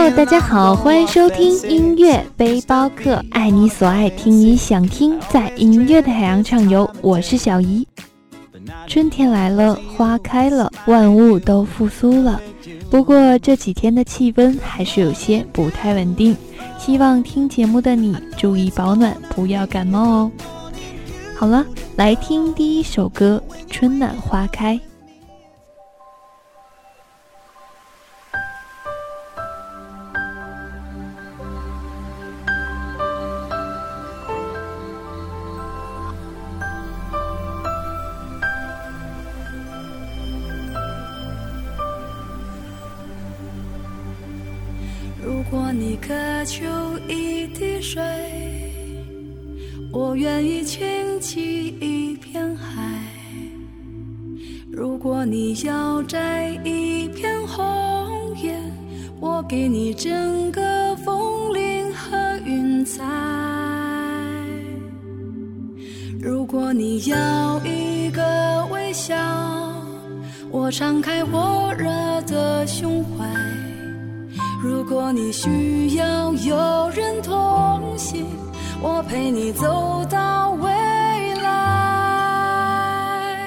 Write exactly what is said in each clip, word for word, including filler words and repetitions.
Hello， 大家好，欢迎收听音乐背包客，爱你所爱，听你想听，在音乐的海洋畅游。我是小姨。春天来了，花开了，万物都复苏了。不过这几天的气温还是有些不太稳定，希望听节目的你注意保暖，不要感冒哦。好了，来听第一首歌《春暖花开》。 如果你渴求一滴水，我愿意倾起一片海。如果你要摘一片红叶，我给你整个枫林和云彩。如果你要一个微笑，我敞开火热的胸怀。如果你需要有人同行，我陪你走到未来。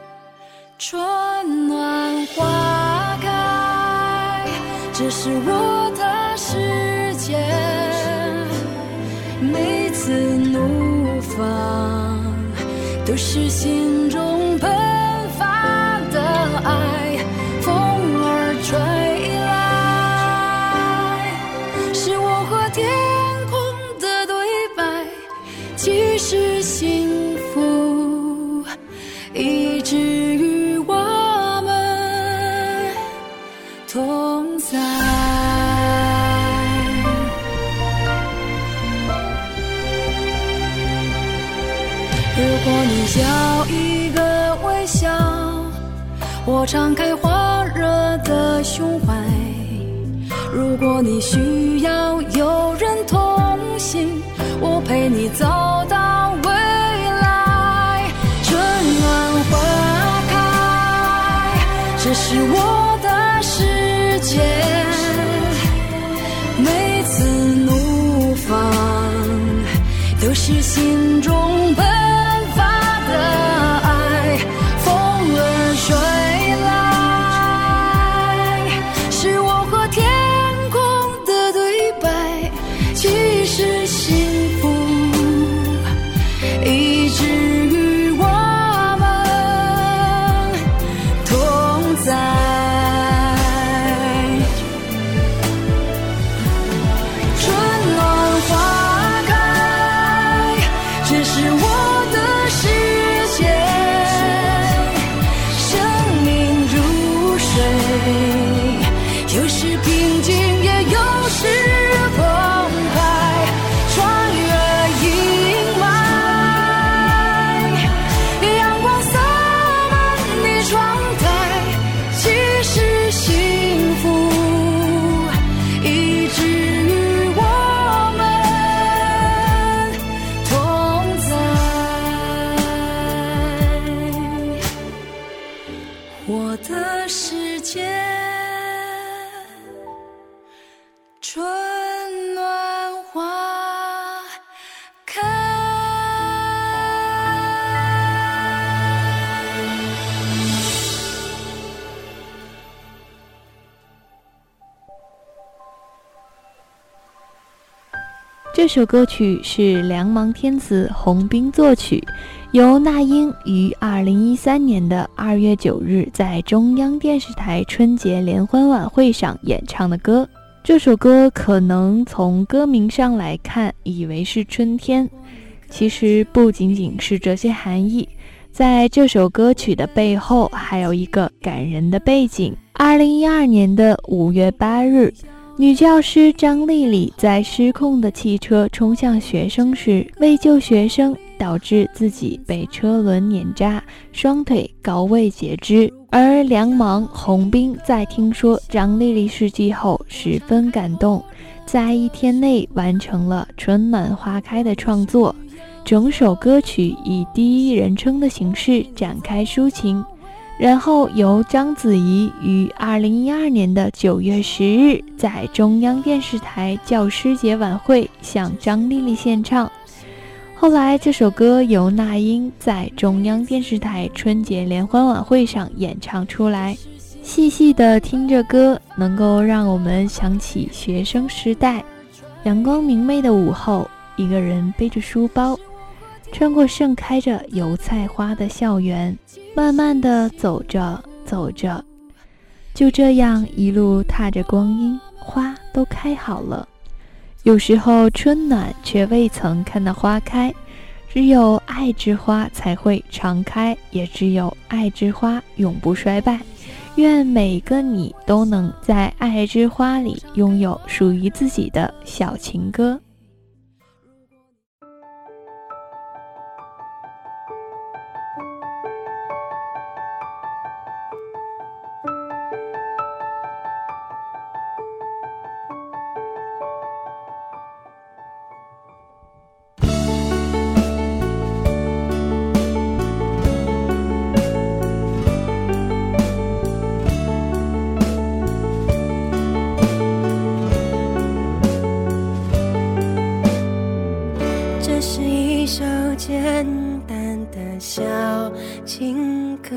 春暖花开，这是我的世界，每次怒放都是心中喷发的爱，风儿吹是幸福，以至于我们同在。如果你要一个微笑，我敞开火热的胸怀。如果你需要有人同行，我陪你走到未来。春暖花开，这是我的世界，每次怒放都是心中喷发的爱，风儿吹来，是我和天空的对白，其实幸福以至于我们同在。春暖花开，这是我的世界，生命如水，有时平静也有时澎湃，穿越阴霾，阳光洒满你窗台，其实幸福以至于我们同在。我的世界，春暖花开。 这首歌曲是梁芒天子洪兵作曲，由那英于二零一三年的二月九日在中央电视台春节联欢晚会上演唱的歌。这首歌可能从歌名上来看以为是春天，其实不仅仅是这些含义，在这首歌曲的背后还有一个感人的背景。二零一二年的五月八日，女教师张丽丽在失控的汽车冲向学生时，为救学生导致自己被车轮碾扎，双腿高位截肢。而梁芒洪兵在听说张丽丽事迹后十分感动，在一天内完成了《春暖花开》的创作。整首歌曲以第一人称的形式展开抒情， 然后由章子怡于二零一二年的九月十日在中央电视台教师节晚会向张丽丽献唱。后来这首歌由那英在中央电视台春节联欢晚会上演唱出来。细细地听着歌，能够让我们想起学生时代，阳光明媚的午后，一个人背着书包穿过盛开着油菜花的校园，慢慢地走着走着，就这样一路踏着光阴，花都开好了。有时候春暖却未曾看到花开，只有爱之花才会常开，也只有爱之花永不衰败。愿每个你都能在爱之花里拥有属于自己的小情歌。 简单的小情歌，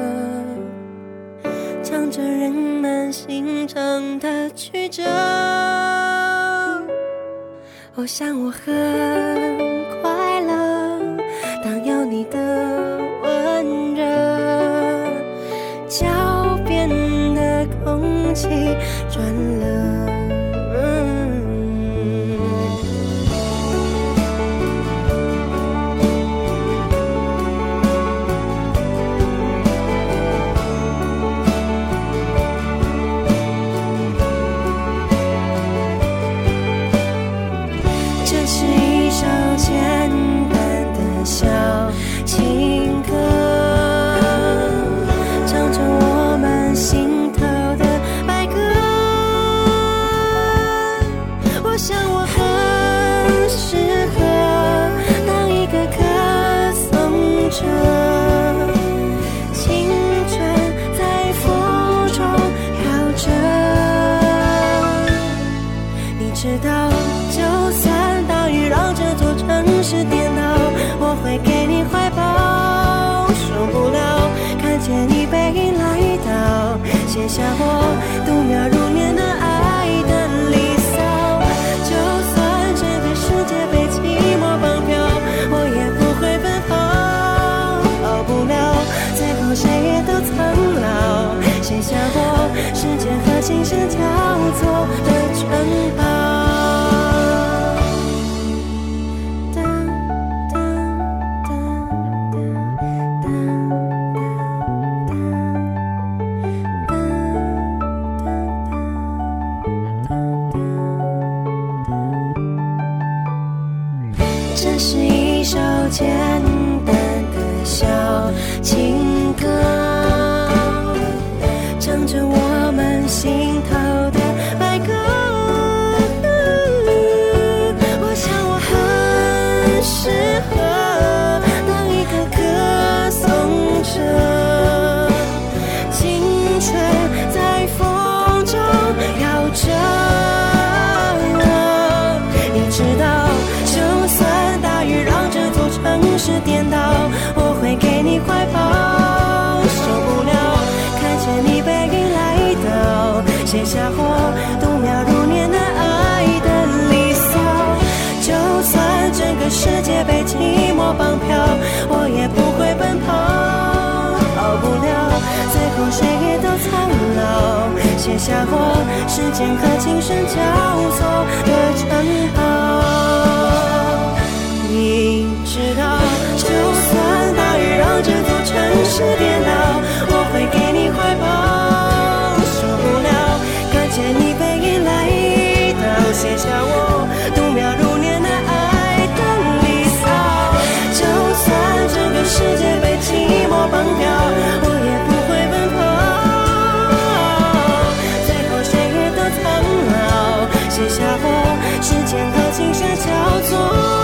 唱着人们心肠的曲折。我想我很快乐，当有你的温热，脚边的空气转了。写下我度秒如年的爱的离骚，就算整个世界被寂寞绑票，我也不会奔跑，跑不了，最后谁也都苍老，写下我时间和琴声交错的称号。这是一首简单的小情歌，唱着我们心头的白鸽。我想我很适合当一个歌颂者，青春在风中摇着，你知道就算城市颠倒，我会给你怀抱，受不了看见你背影来到，写下我度秒如年的爱的离骚，就算整个世界被寂寞绑票，我也不会奔跑，跑不了，最后谁也都苍老，写下我时间和琴声交错的称号。你知道就算大雨让这座城市颠倒，我会给你怀抱，受不了看见你背影来到，写下我度秒如年的爱的离骚，就算整个世界被寂寞绑票，我也不会奔跑，最后谁也都苍老，写下我时间和琴声交错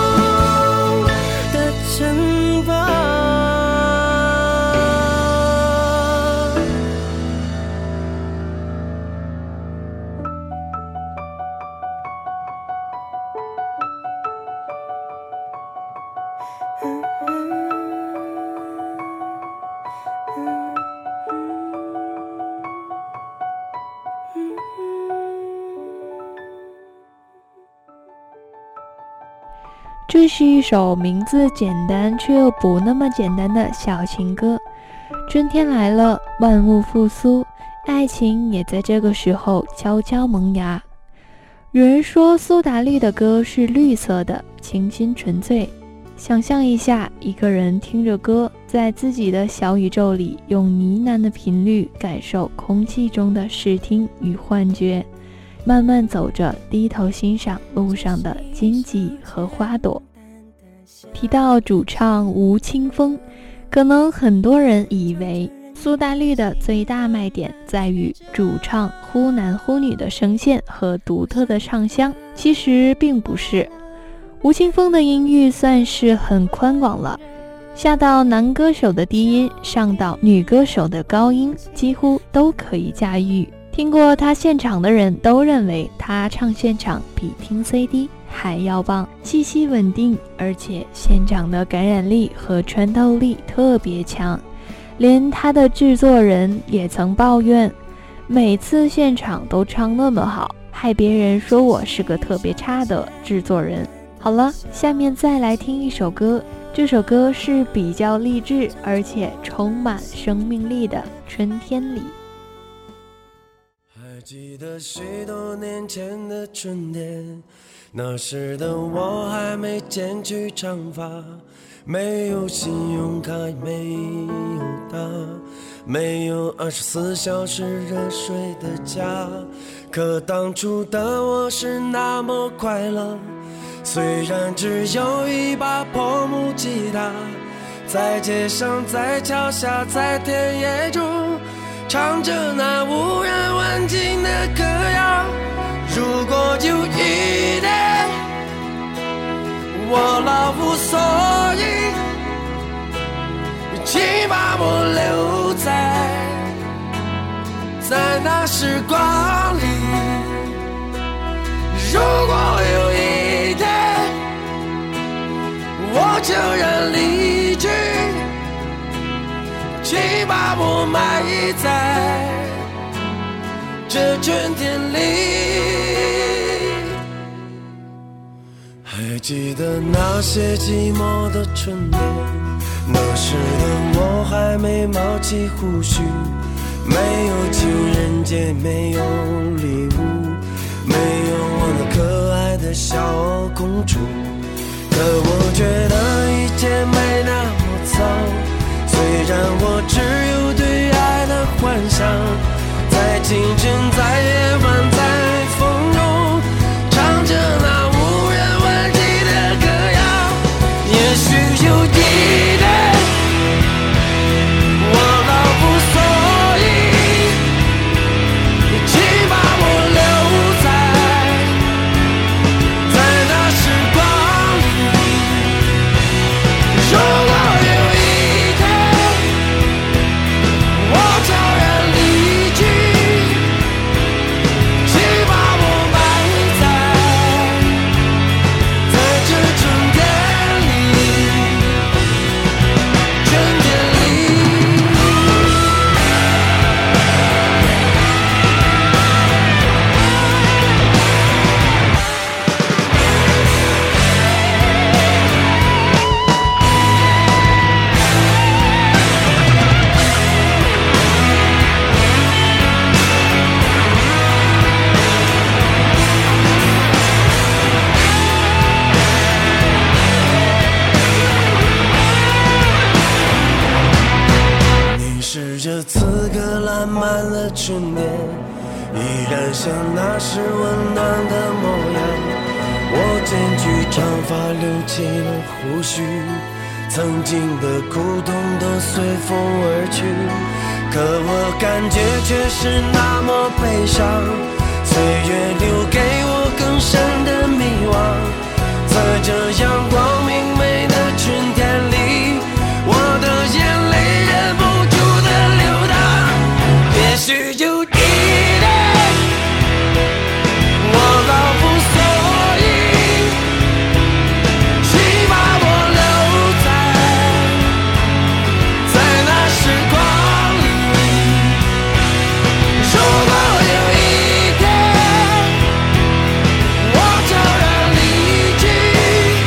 城堡。 这是一首名字简单却又不那么简单的小情歌。春天来了，万物复苏，爱情也在这个时候悄悄萌芽。有人说苏打绿的歌是绿色的，清新纯粹。想象一下，一个人听着歌，在自己的小宇宙里，用呢喃的频率感受空气中的视听与幻觉，慢慢走着，低头欣赏路上的荆棘和花朵。提到主唱吴青峰，可能很多人以为苏打绿的最大卖点在于主唱忽男忽女的声线和独特的唱腔，其实并不是。吴青峰的音域算是很宽广了，下到男歌手的低音，上到女歌手的高音，几乎都可以驾驭。听过他现场的人都认为他唱现场比听 C D 还要棒，气息稳定，而且现场的感染力和穿透力特别强。连他的制作人也曾抱怨，每次现场都唱那么好，害别人说我是个特别差的制作人。好了，下面再来听一首歌，这首歌是比较励志而且充满生命力的《春天里》。 还记得许多年前的春天，那时的我还没剪去长发，没有信用卡，没有他，没有二十四小时热水的家。可当初的我是那么快乐，虽然只有一把破木吉他，在街上，在桥下，在田野中，唱着那无人问津的歌谣。如果有一天我老无所依，请把我留在在那时光里。如果有一天我悄然离去，请把我埋在这春天里。还记得那些寂寞的春天，那时的我还没冒起胡须，没有情人节，没有礼物，没有我那可爱的小公主。可我觉得一切没那么糟，虽然我只有对爱的幻想，在清晨，在夜晚，在风中，唱着那无人问津的歌谣。也许有一天我老无所依，请把我留在在那时光里。如果有一天我悄然离去，请把我埋在在这春天里，春天里。你是这刺客烂漫了春天，依然像那时温暖的模样。我剪去长发，留起了胡须，曾经的苦痛都随风而去，可我感觉却是那么悲伤。岁月留给我更深的迷惘，在这阳光明媚的春天里，我的眼泪忍不住的流淌。也许有一天我老无所依，请把我留在在那时光里。如果有一天我悄然离去，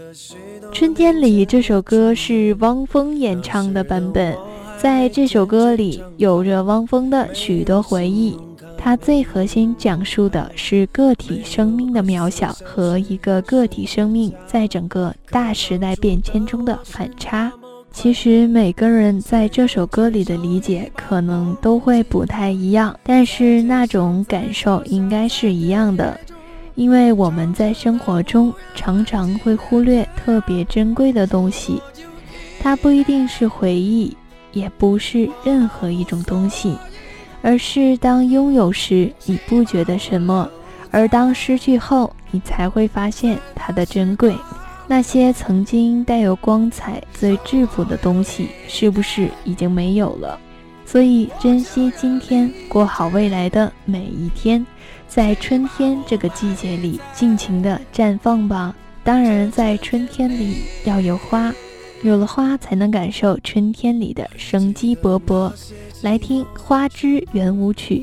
春天里这首歌是汪峰演唱的版本，在这首歌里有着汪峰的许多回忆，它最核心讲述的是个体生命的渺小和一个个体生命在整个大时代变迁中的反差。其实每个人在这首歌里的理解可能都会不太一样，但是那种感受应该是一样的。因为我们在生活中常常会忽略特别珍贵的东西，它不一定是回忆，也不是任何一种东西，而是当拥有时你不觉得什么，而当失去后你才会发现它的珍贵。那些曾经带有光彩最质朴的东西是不是已经没有了？所以珍惜今天，过好未来的每一天，在春天这个季节里尽情的绽放吧。当然在春天里要有花，有了花才能感受春天里的生机勃勃。来听花之圆舞曲。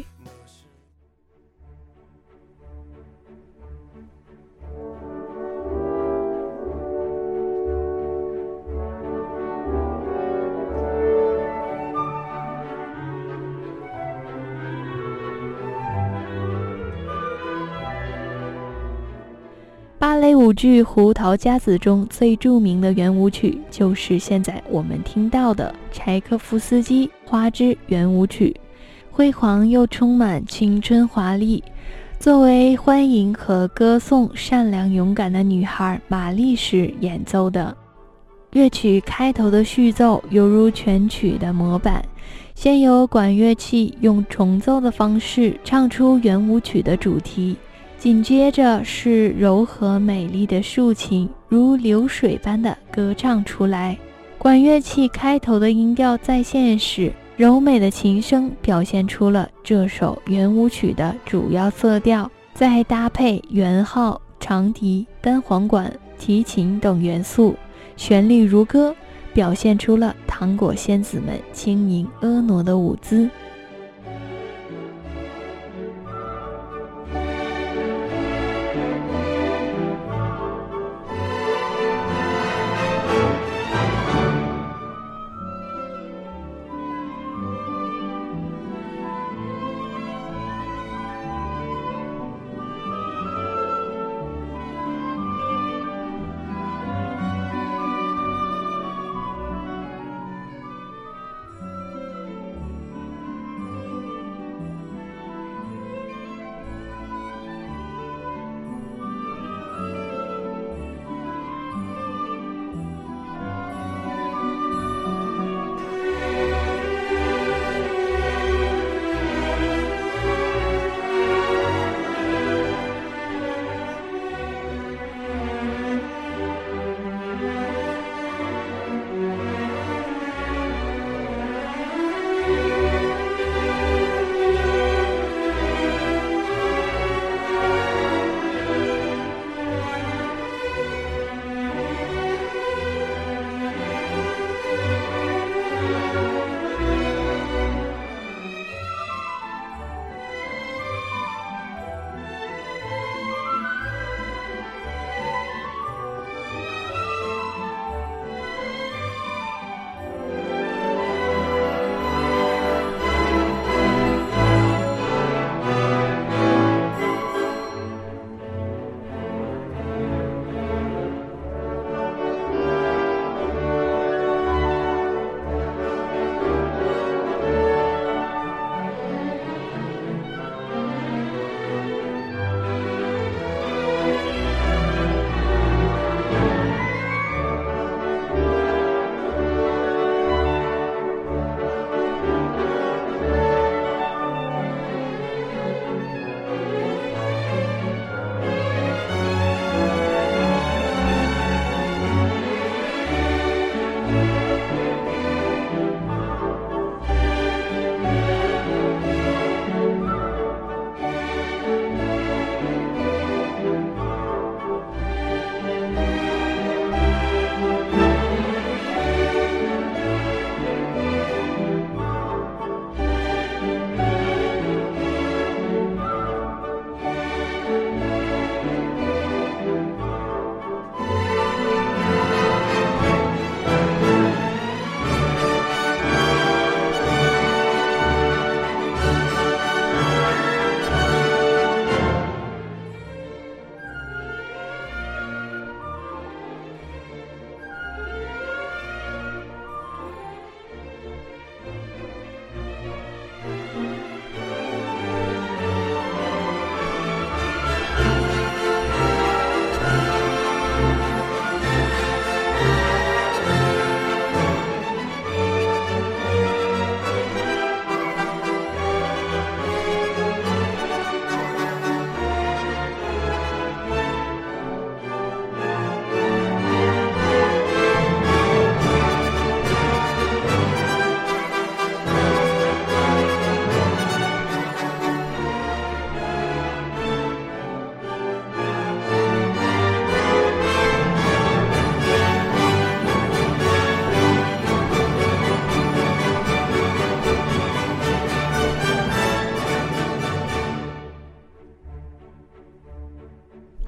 芭蕾舞剧《胡桃夹子》中最著名的圆舞曲就是现在我们听到的柴可夫斯基《花之圆舞曲》，辉煌又充满青春华丽。作为欢迎和歌颂善良勇敢的女孩玛丽时演奏的，乐曲开头的序奏犹如全曲的模板，先由管乐器用重奏的方式唱出圆舞曲的主题，紧接着是柔和美丽的竖琴如流水般的歌唱出来。管乐器开头的音调再现时，柔美的琴声表现出了这首圆舞曲的主要色调，再搭配圆号、长笛、单簧管、提琴等元素，旋律如歌，表现出了糖果仙子们轻盈婀娜的舞姿。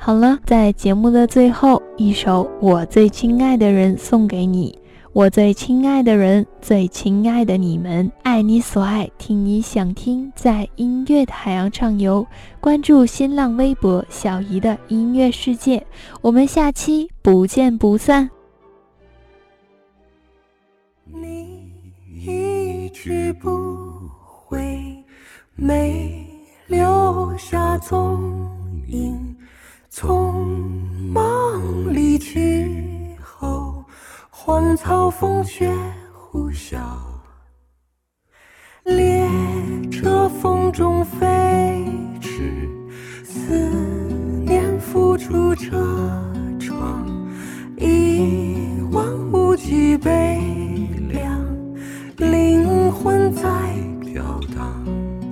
好了，在节目的最后，一首《我最亲爱的人》送给你。我最亲爱的人，最亲爱的你们，爱你所爱，听你想听，在音乐的海洋畅游。关注新浪微博小姨的音乐世界，我们下期不见不散。 你一去不回，没留下踪影，匆忙离去后，荒草风雪呼啸，列车风中飞驰，思念浮出车窗，一望无际悲凉，灵魂在飘荡，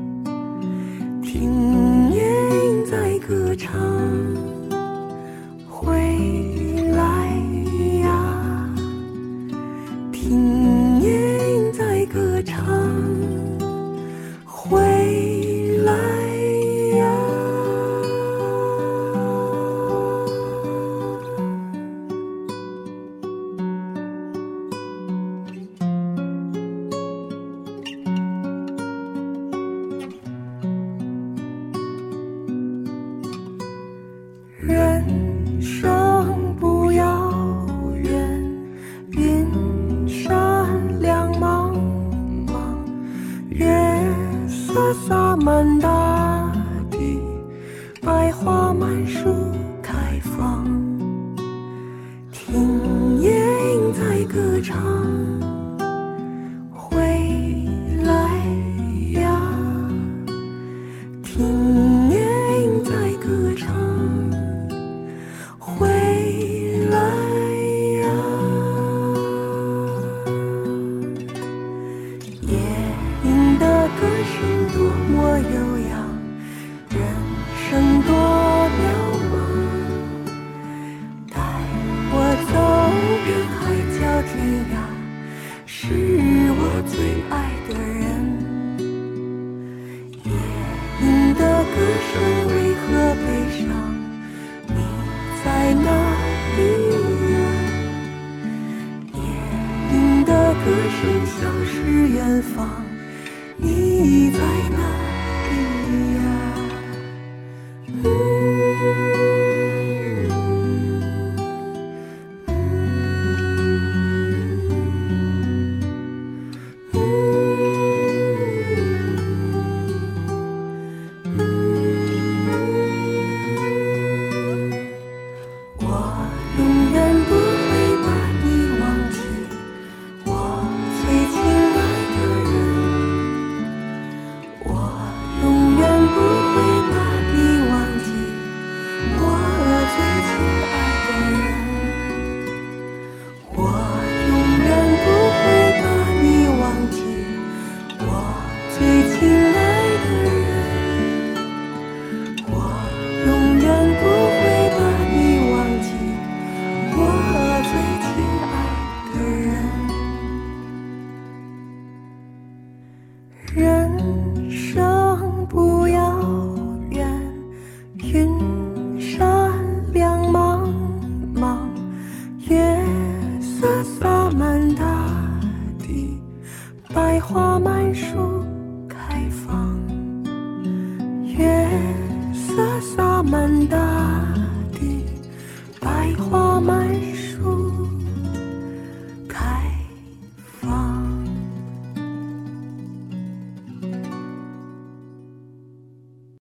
听夜莺在歌唱，回来呀，听夜莺在歌唱，回来呀。人生不遥远，云山两茫茫，月色洒满大地，百花满树开放，听夜莺在歌唱，回来呀，听夜莺在歌唱，回来呀。夜莺的歌声多么悠扬，人生多渺茫，带我走遍海角天涯，是我最爱的人。夜莺的歌声为何悲伤？你在哪里呀？夜莺的歌声像是远方，你在哪里呀？嗯人生不遥远，云山两茫茫，月色洒满大地，百花满树开放，月色洒满大地，百花满树